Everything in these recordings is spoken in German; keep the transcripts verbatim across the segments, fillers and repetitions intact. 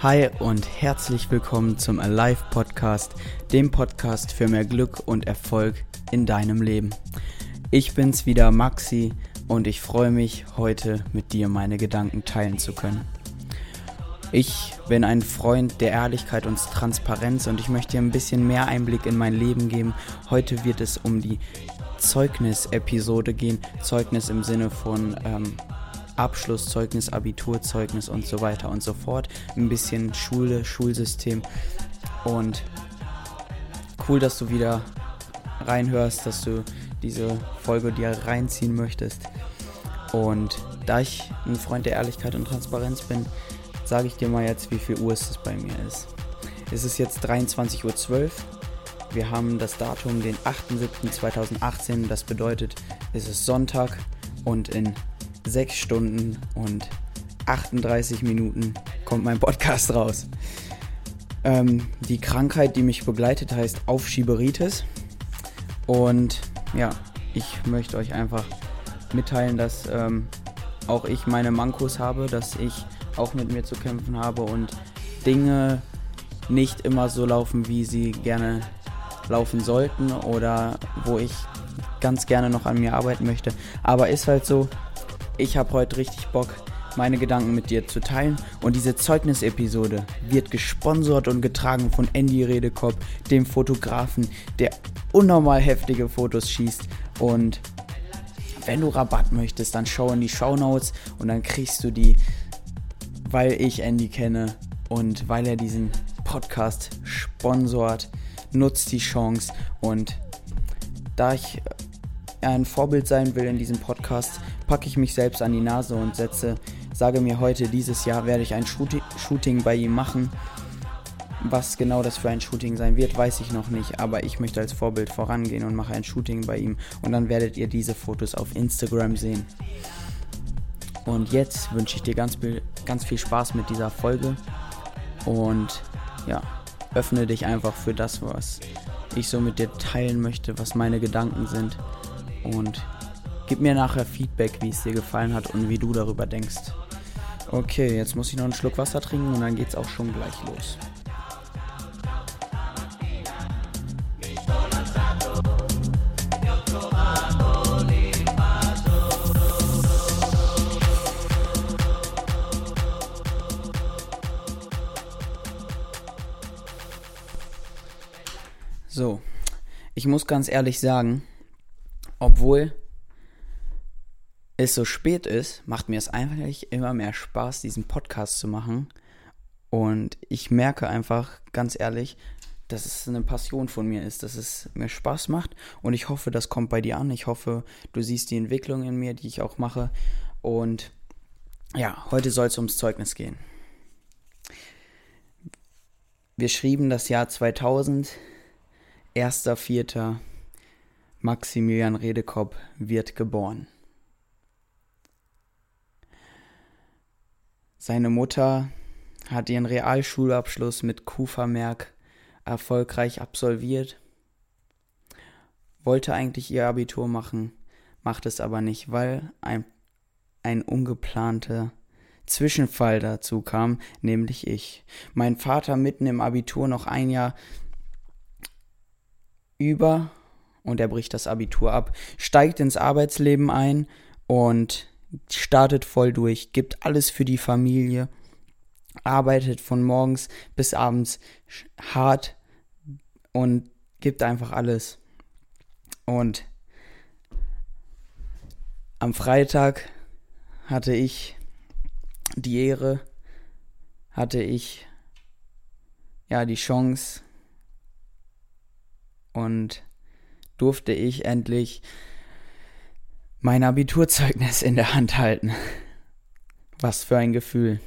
Hi und herzlich willkommen zum Alive Podcast, dem Podcast für mehr Glück und Erfolg in deinem Leben. Ich bin's wieder, Maxi, und ich freue mich, heute mit dir meine Gedanken teilen zu können. Ich bin ein Freund der Ehrlichkeit und Transparenz und ich möchte dir ein bisschen mehr Einblick in mein Leben geben. Heute wird es um die Zeugnis-Episode gehen. Zeugnis im Sinne von ähm, Abschlusszeugnis, Abiturzeugnis und so weiter und so fort. Ein bisschen Schule, Schulsystem. Und cool, dass du wieder reinhörst, dass du diese Folge dir reinziehen möchtest. Und da ich ein Freund der Ehrlichkeit und Transparenz bin, sage ich dir mal jetzt, wie viel Uhr es bei mir ist. Es ist jetzt dreiundzwanzig Uhr zwölf. Wir haben das Datum den achter siebter zweitausendachtzehn. Das bedeutet, es ist Sonntag und in sechs Stunden und achtunddreißig Minuten kommt mein Podcast raus. Ähm, die Krankheit, die mich begleitet, heißt Aufschieberitis. Und ja, ich möchte euch einfach mitteilen, dass ähm, auch ich meine Mankos habe, dass ich auch mit mir zu kämpfen habe und Dinge nicht immer so laufen, wie sie gerne laufen sollten oder wo ich ganz gerne noch an mir arbeiten möchte. Aber ist halt so, ich habe heute richtig Bock, meine Gedanken mit dir zu teilen. Und diese Zeugnisepisode wird gesponsert und getragen von Andy Redekopp, dem Fotografen, der unnormal heftige Fotos schießt. Und wenn du Rabatt möchtest, dann schau in die Shownotes und dann kriegst du die, weil ich Andy kenne und weil er diesen Podcast sponsort. Nutzt die Chance, und da ich ein Vorbild sein will in diesem Podcast, packe ich mich selbst an die Nase und setze, sage mir heute, dieses Jahr werde ich ein Shooting, Shooting bei ihm machen. Was genau das für ein Shooting sein wird, weiß ich noch nicht, aber ich möchte als Vorbild vorangehen und mache ein Shooting bei ihm und dann werdet ihr diese Fotos auf Instagram sehen. Und jetzt wünsche ich dir ganz viel, ganz viel Spaß mit dieser Folge und ja, öffne dich einfach für das, was ich so mit dir teilen möchte, was meine Gedanken sind, und gib mir nachher Feedback, wie es dir gefallen hat und wie du darüber denkst. Okay, jetzt muss ich noch einen Schluck Wasser trinken und dann geht's auch schon gleich los. So, ich muss ganz ehrlich sagen, obwohl es so spät ist, macht mir es einfach immer mehr Spaß, diesen Podcast zu machen. Und ich merke einfach, ganz ehrlich, dass es eine Passion von mir ist, dass es mir Spaß macht. Und ich hoffe, das kommt bei dir an. Ich hoffe, du siehst die Entwicklung in mir, die ich auch mache. Und ja, heute soll es ums Zeugnis gehen. Wir schrieben das Jahr zweitausend. erster vierter Maximilian Redekopp wird geboren. Seine Mutter hat ihren Realschulabschluss mit Q-Vermerk erfolgreich absolviert, wollte eigentlich ihr Abitur machen, macht es aber nicht, weil ein, ein ungeplanter Zwischenfall dazu kam, nämlich ich. Mein Vater mitten im Abitur noch ein Jahr über und er bricht das Abitur ab, steigt ins Arbeitsleben ein und startet voll durch, gibt alles für die Familie, arbeitet von morgens bis abends hart und gibt einfach alles. Und am Freitag hatte ich die Ehre, hatte ich ja die Chance, und durfte ich endlich mein Abiturzeugnis in der Hand halten. Was für ein Gefühl.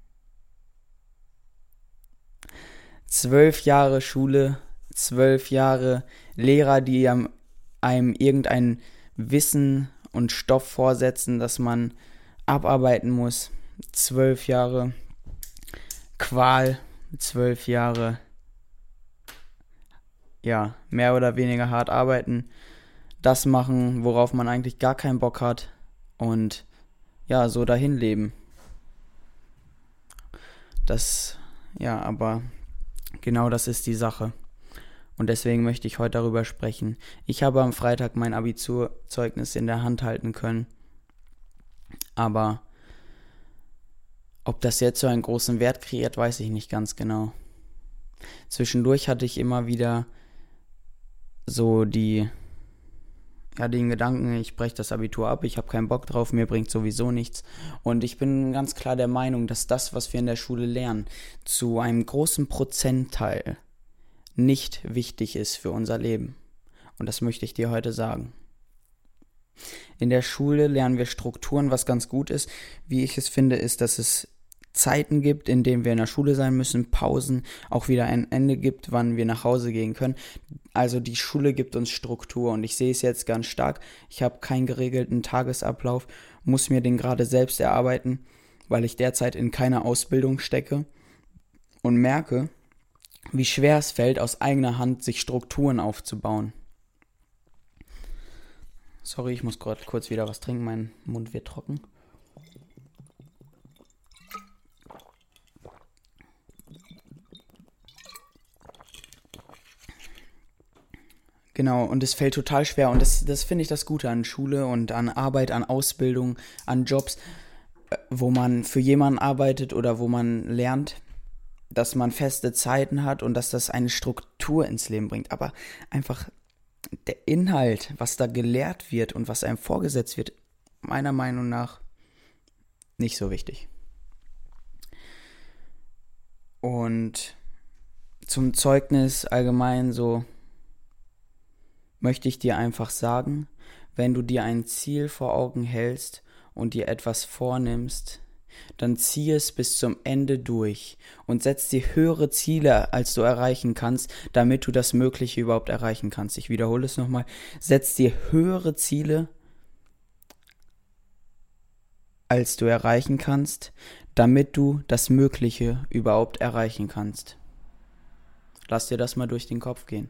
Zwölf Jahre Schule, zwölf Jahre Lehrer, die einem, einem irgendein Wissen und Stoff vorsetzen, das man abarbeiten muss. Zwölf Jahre Qual, zwölf Jahre ja, mehr oder weniger hart arbeiten, das machen, worauf man eigentlich gar keinen Bock hat und ja, so dahin leben. Das Ja, aber genau das ist die Sache. Und deswegen möchte ich heute darüber sprechen. Ich habe am Freitag mein Abiturzeugnis in der Hand halten können. Aber ob das jetzt so einen großen Wert kreiert, weiß ich nicht ganz genau. Zwischendurch hatte ich immer wieder so die, ja, den Gedanken, ich breche das Abitur ab, ich habe keinen Bock drauf, mir bringt sowieso nichts. Und ich bin ganz klar der Meinung, dass das, was wir in der Schule lernen, zu einem großen Prozentteil nicht wichtig ist für unser Leben. Und das möchte ich dir heute sagen. In der Schule lernen wir Strukturen, was ganz gut ist. Wie ich es finde, ist, dass es Zeiten gibt, in denen wir in der Schule sein müssen, Pausen, auch wieder ein Ende gibt, wann wir nach Hause gehen können. Also die Schule gibt uns Struktur und ich sehe es jetzt ganz stark. Ich habe keinen geregelten Tagesablauf, muss mir den gerade selbst erarbeiten, weil ich derzeit in keiner Ausbildung stecke und merke, wie schwer es fällt, aus eigener Hand sich Strukturen aufzubauen. Sorry, ich muss gerade kurz wieder was trinken, mein Mund wird trocken. Genau, und es fällt total schwer und das, das finde ich das Gute an Schule und an Arbeit, an Ausbildung, an Jobs, wo man für jemanden arbeitet oder wo man lernt, dass man feste Zeiten hat und dass das eine Struktur ins Leben bringt. Aber einfach der Inhalt, was da gelehrt wird und was einem vorgesetzt wird, meiner Meinung nach nicht so wichtig. Und zum Zeugnis allgemein so möchte ich dir einfach sagen, wenn du dir ein Ziel vor Augen hältst und dir etwas vornimmst, dann zieh es bis zum Ende durch und setz dir höhere Ziele, als du erreichen kannst, damit du das Mögliche überhaupt erreichen kannst. Ich wiederhole es nochmal, setz dir höhere Ziele, als du erreichen kannst, damit du das Mögliche überhaupt erreichen kannst. Lass dir das mal durch den Kopf gehen.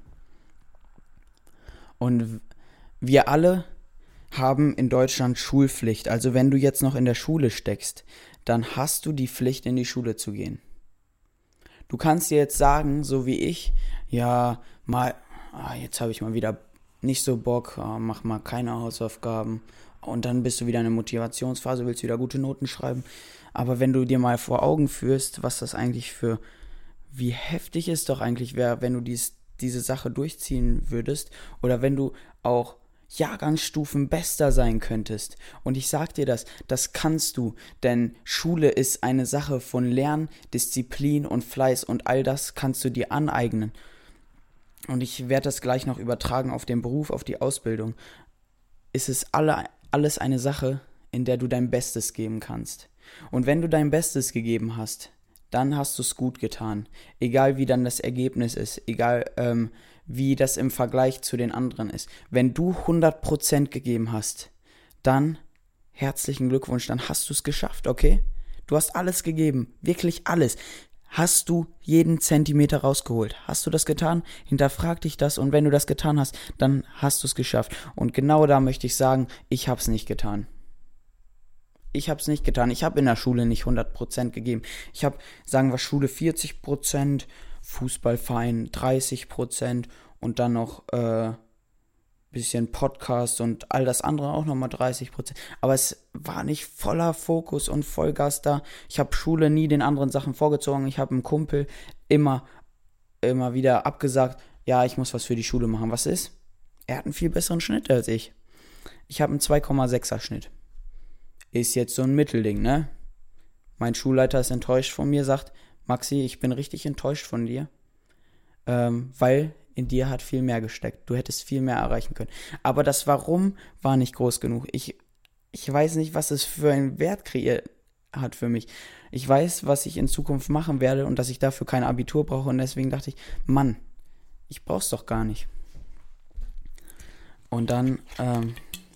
Und wir alle haben in Deutschland Schulpflicht. Also wenn du jetzt noch in der Schule steckst, dann hast du die Pflicht, in die Schule zu gehen. Du kannst dir jetzt sagen, so wie ich, ja, mal, ah, jetzt habe ich mal wieder nicht so Bock, ah, mach mal keine Hausaufgaben. Und dann bist du wieder in der Motivationsphase, willst wieder gute Noten schreiben. Aber wenn du dir mal vor Augen führst, was das eigentlich für, wie heftig es doch eigentlich wäre, wenn du dies, diese Sache durchziehen würdest oder wenn du auch Jahrgangsstufen Bester sein könntest. Und ich sag dir das, das kannst du, denn Schule ist eine Sache von Lernen, Disziplin und Fleiß und all das kannst du dir aneignen. Und ich werde das gleich noch übertragen auf den Beruf, auf die Ausbildung. Es ist alle, alles eine Sache, in der du dein Bestes geben kannst. Und wenn du dein Bestes gegeben hast, dann hast du es gut getan. Egal wie dann das Ergebnis ist, egal ähm, wie das im Vergleich zu den anderen ist. Wenn du hundert Prozent gegeben hast, dann herzlichen Glückwunsch, dann hast du es geschafft, okay? Du hast alles gegeben, wirklich alles. Hast du jeden Zentimeter rausgeholt? Hast du das getan? Hinterfrag dich das und wenn du das getan hast, dann hast du es geschafft. Und genau da möchte ich sagen, ich habe es nicht getan. Ich habe es nicht getan. Ich habe in der Schule nicht hundert Prozent gegeben. Ich habe, sagen wir, Schule vierzig Prozent, Fußballverein dreißig Prozent und dann noch äh, bisschen Podcast und all das andere auch nochmal dreißig Prozent. Aber es war nicht voller Fokus und Vollgas da. Ich habe Schule nie den anderen Sachen vorgezogen. Ich habe einem Kumpel immer, immer wieder abgesagt, ja, ich muss was für die Schule machen. Was ist? Er hat einen viel besseren Schnitt als ich. Ich habe einen zwei Komma sechser Schnitt. Ist jetzt so ein Mittelding, ne? Mein Schulleiter ist enttäuscht von mir, sagt, Maxi, ich bin richtig enttäuscht von dir, ähm, weil in dir hat viel mehr gesteckt. Du hättest viel mehr erreichen können. Aber das Warum war nicht groß genug. Ich, ich weiß nicht, was es für einen Wert kreiert hat für mich. Ich weiß, was ich in Zukunft machen werde und dass ich dafür kein Abitur brauche und deswegen dachte ich, Mann, ich brauch's doch gar nicht. Und dann, ähm,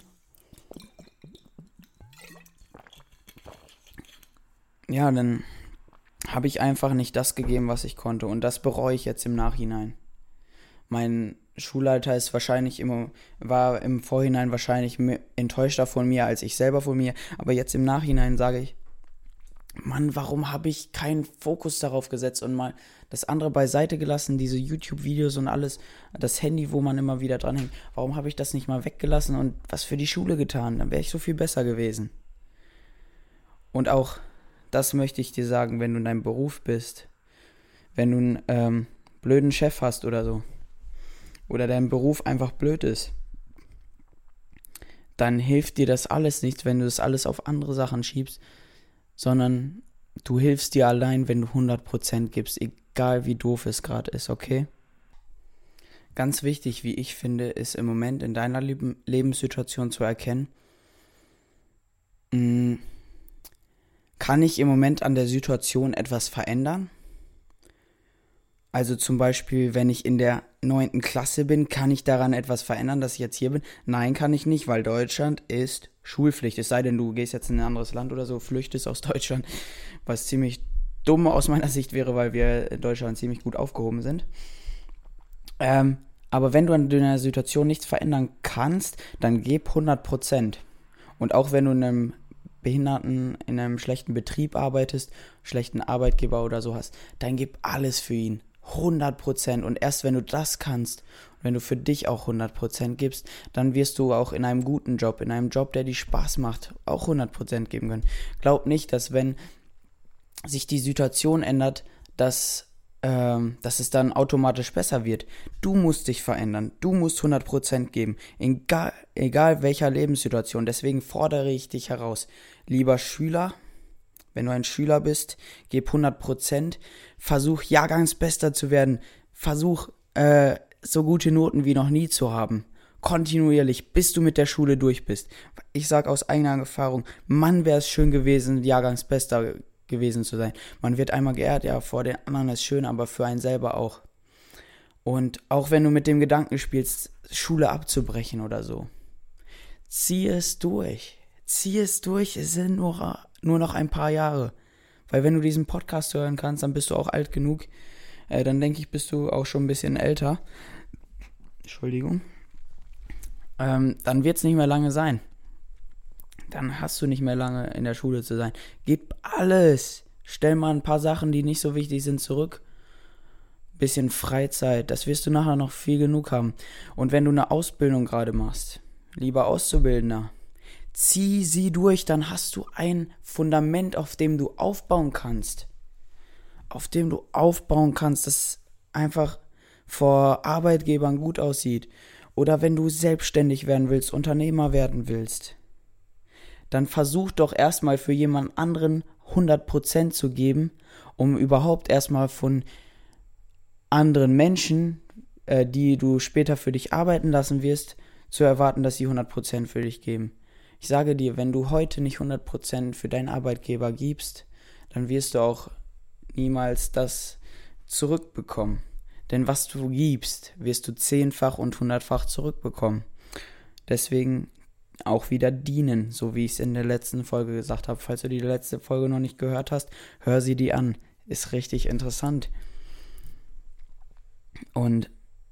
ja, dann habe ich einfach nicht das gegeben, was ich konnte. Und das bereue ich jetzt im Nachhinein. Mein Schulleiter ist wahrscheinlich immer, war im Vorhinein wahrscheinlich enttäuschter von mir als ich selber von mir. Aber jetzt im Nachhinein sage ich, Mann, warum habe ich keinen Fokus darauf gesetzt und mal das andere beiseite gelassen, diese YouTube-Videos und alles, das Handy, wo man immer wieder dran hängt, warum habe ich das nicht mal weggelassen und was für die Schule getan? Dann wäre ich so viel besser gewesen. Und auch das möchte ich dir sagen, wenn du in deinem Beruf bist, wenn du einen ähm, blöden Chef hast oder so, oder dein Beruf einfach blöd ist, dann hilft dir das alles nichts, wenn du das alles auf andere Sachen schiebst, sondern du hilfst dir allein, wenn du hundert Prozent gibst, egal wie doof es gerade ist, okay? Ganz wichtig, wie ich finde, ist im Moment in deiner Leb- Lebenssituation zu erkennen, mh, kann ich im Moment an der Situation etwas verändern? Also zum Beispiel, wenn ich in der neunten Klasse bin, kann ich daran etwas verändern, dass ich jetzt hier bin? Nein, kann ich nicht, weil Deutschland ist Schulpflicht. Es sei denn, du gehst jetzt in ein anderes Land oder so, flüchtest aus Deutschland, was ziemlich dumm aus meiner Sicht wäre, weil wir in Deutschland ziemlich gut aufgehoben sind. Ähm, aber wenn du an deiner Situation nichts verändern kannst, dann gib hundert Prozent. Und auch wenn du in einem Behinderten, in einem schlechten Betrieb arbeitest, schlechten Arbeitgeber oder so hast, dann gib alles für ihn. hundert Prozent. Und erst wenn du das kannst, wenn du für dich auch hundert Prozent gibst, dann wirst du auch in einem guten Job, in einem Job, der dir Spaß macht, auch hundert Prozent geben können. Glaub nicht, dass wenn sich die Situation ändert, dass, ähm, dass es dann automatisch besser wird. Du musst dich verändern. Du musst hundert Prozent geben. Egal, egal welcher Lebenssituation. Deswegen fordere ich dich heraus. Lieber Schüler, wenn du ein Schüler bist, gib hundert Prozent. Versuch, Jahrgangsbester zu werden. Versuch, äh, so gute Noten wie noch nie zu haben. Kontinuierlich, bis du mit der Schule durch bist. Ich sage aus eigener Erfahrung, Mann, wäre es schön gewesen, Jahrgangsbester gewesen zu sein. Man wird einmal geehrt, ja, vor den anderen ist schön, aber für einen selber auch. Und auch wenn du mit dem Gedanken spielst, Schule abzubrechen oder so, zieh es durch. Zieh es durch, es sind nur, nur noch ein paar Jahre. Weil wenn du diesen Podcast hören kannst, dann bist du auch alt genug. Äh, dann denke ich, bist du auch schon ein bisschen älter. Entschuldigung. Ähm, dann wird es nicht mehr lange sein. Dann hast du nicht mehr lange in der Schule zu sein. Gib alles. Stell mal ein paar Sachen, die nicht so wichtig sind, zurück. Bisschen Freizeit, das wirst du nachher noch viel genug haben. Und wenn du eine Ausbildung gerade machst, lieber Auszubildender, zieh sie durch, dann hast du ein Fundament, auf dem du aufbauen kannst. Auf dem du aufbauen kannst, das einfach vor Arbeitgebern gut aussieht. Oder wenn du selbstständig werden willst, Unternehmer werden willst, dann versuch doch erstmal für jemand anderen hundert Prozent zu geben, um überhaupt erstmal von anderen Menschen, äh, die du später für dich arbeiten lassen wirst, zu erwarten, dass sie hundert Prozent für dich geben. Ich sage dir, wenn du heute nicht hundert Prozent für deinen Arbeitgeber gibst, dann wirst du auch niemals das zurückbekommen. Denn was du gibst, wirst du zehnfach und hundertfach zurückbekommen. Deswegen auch wieder dienen, so wie ich es in der letzten Folge gesagt habe. Falls du die letzte Folge noch nicht gehört hast, hör sie dir an. Ist richtig interessant. Und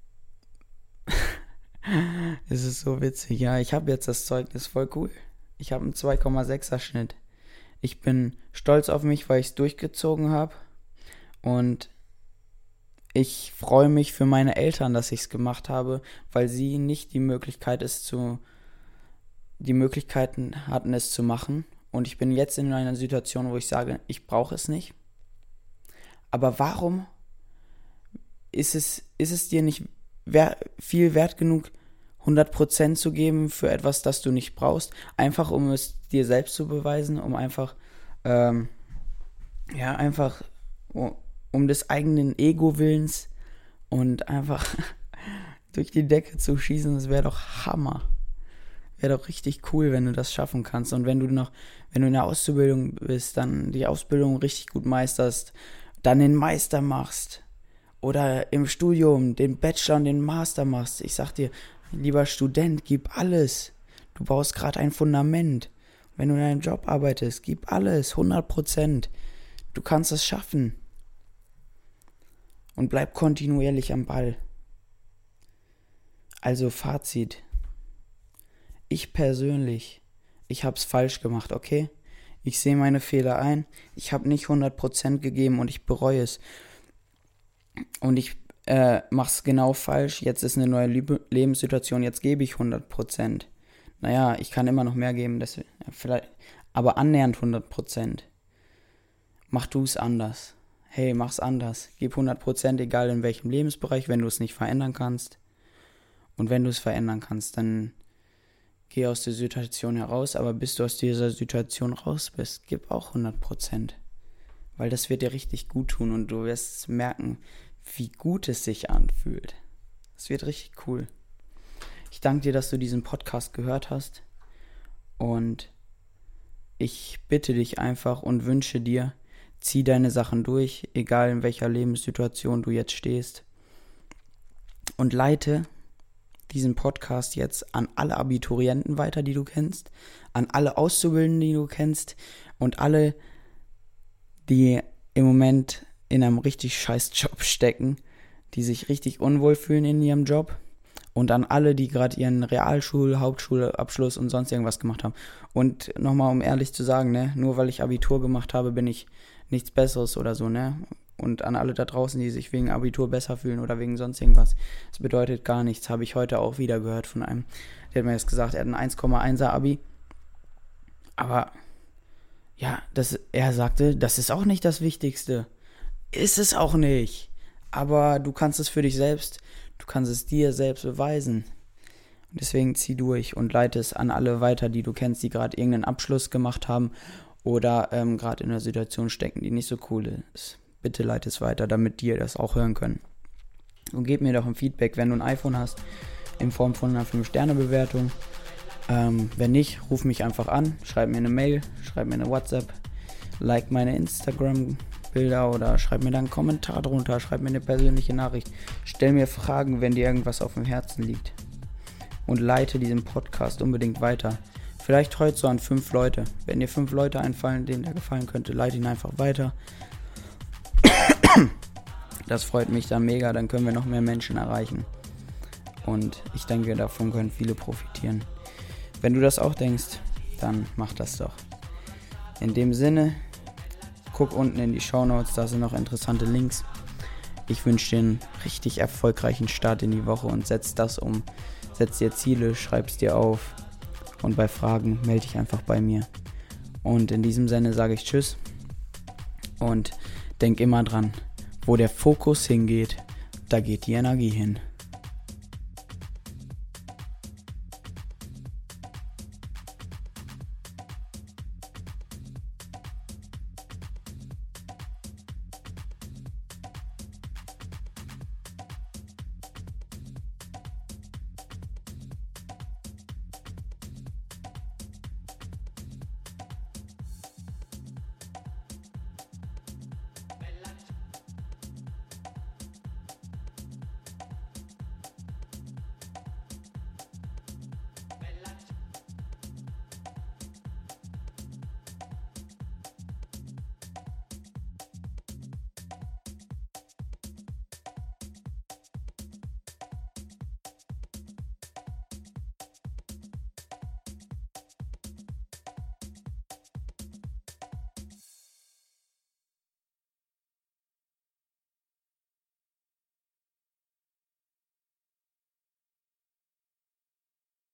es ist so witzig. Ja, ich habe jetzt das Zeugnis, voll cool. Ich habe einen zwei Komma sechser Schnitt. Ich bin stolz auf mich, weil ich es durchgezogen habe. Und ich freue mich für meine Eltern, dass ich es gemacht habe, weil sie nicht die Möglichkeit es zu die Möglichkeiten hatten, es zu machen. Und ich bin jetzt in einer Situation, wo ich sage, ich brauche es nicht. Aber warum ist es, ist es dir nicht wer- viel wert genug, hundert Prozent zu geben für etwas, das du nicht brauchst? Einfach, um es dir selbst zu beweisen, um einfach, ähm, ja, einfach, um, um des eigenen Ego-Willens und einfach durch die Decke zu schießen, das wäre doch Hammer. Wäre doch richtig cool, wenn du das schaffen kannst. Und wenn du noch, wenn du in der Auszubildung bist, dann die Ausbildung richtig gut meisterst, dann den Meister machst oder im Studium den Bachelor und den Master machst. Ich sag dir, lieber Student, gib alles. Du baust gerade ein Fundament. Wenn du in deinem Job arbeitest, gib alles, hundert Prozent. Du kannst es schaffen. Und bleib kontinuierlich am Ball. Also Fazit. Ich persönlich, ich hab's falsch gemacht, okay? Ich sehe meine Fehler ein. Ich habe nicht hundert Prozent gegeben und ich bereue es. Und ich äh, mache es genau falsch. Jetzt ist eine neue Liebe- Lebenssituation. Jetzt gebe ich hundert Prozent. Naja, ich kann immer noch mehr geben. Das, vielleicht, aber annähernd hundert Prozent. Mach du es anders. Hey, mach's anders. Gib hundert Prozent, egal in welchem Lebensbereich, wenn du es nicht verändern kannst. Und wenn du es verändern kannst, dann geh aus der Situation heraus, aber bis du aus dieser Situation raus bist, gib auch hundert Prozent. Weil das wird dir richtig gut tun und du wirst merken, wie gut es sich anfühlt. Es wird richtig cool. Ich danke dir, dass du diesen Podcast gehört hast und ich bitte dich einfach und wünsche dir, zieh deine Sachen durch, egal in welcher Lebenssituation du jetzt stehst und leite diesen Podcast jetzt an alle Abiturienten weiter, die du kennst, an alle Auszubildenden, die du kennst und alle, die im Moment in einem richtig scheiß Job stecken, die sich richtig unwohl fühlen in ihrem Job und an alle, die gerade ihren Realschul-, Hauptschulabschluss und sonst irgendwas gemacht haben. Und nochmal, um ehrlich zu sagen, ne, nur weil ich Abitur gemacht habe, bin ich nichts Besseres oder so, ne? Und an alle da draußen, die sich wegen Abitur besser fühlen oder wegen sonst irgendwas. Das bedeutet gar nichts. Habe ich heute auch wieder gehört von einem. Der hat mir jetzt gesagt, er hat ein eins Komma einser Abi. Aber, ja, das, er sagte, das ist auch nicht das Wichtigste. Ist es auch nicht. Aber du kannst es für dich selbst, du kannst es dir selbst beweisen. Und deswegen zieh durch und leite es an alle weiter, die du kennst, die gerade irgendeinen Abschluss gemacht haben oder ähm, gerade in einer Situation stecken, die nicht so cool ist. Bitte leite es weiter, damit die das auch hören können. Und gib mir doch ein Feedback, wenn du ein iPhone hast, in Form von einer fünf Sterne Bewertung. Ähm, wenn nicht, ruf mich einfach an, schreib mir eine Mail, schreib mir eine WhatsApp, like meine Instagram-Bilder oder schreib mir dann einen Kommentar drunter, schreib mir eine persönliche Nachricht. Stell mir Fragen, wenn dir irgendwas auf dem Herzen liegt. Und leite diesen Podcast unbedingt weiter. Vielleicht heute so an fünf Leute. Wenn dir fünf Leute einfallen, denen der gefallen könnte, leite ihn einfach weiter. Das freut mich dann mega, dann können wir noch mehr Menschen erreichen. Und ich denke, davon können viele profitieren. Wenn du das auch denkst, dann mach das doch. In dem Sinne, guck unten in die Shownotes, da sind noch interessante Links. Ich wünsche dir einen richtig erfolgreichen Start in die Woche und setz das um. Setz dir Ziele, schreib's dir auf und bei Fragen melde dich einfach bei mir. Und in diesem Sinne sage ich Tschüss und denk immer dran, wo der Fokus hingeht, da geht die Energie hin.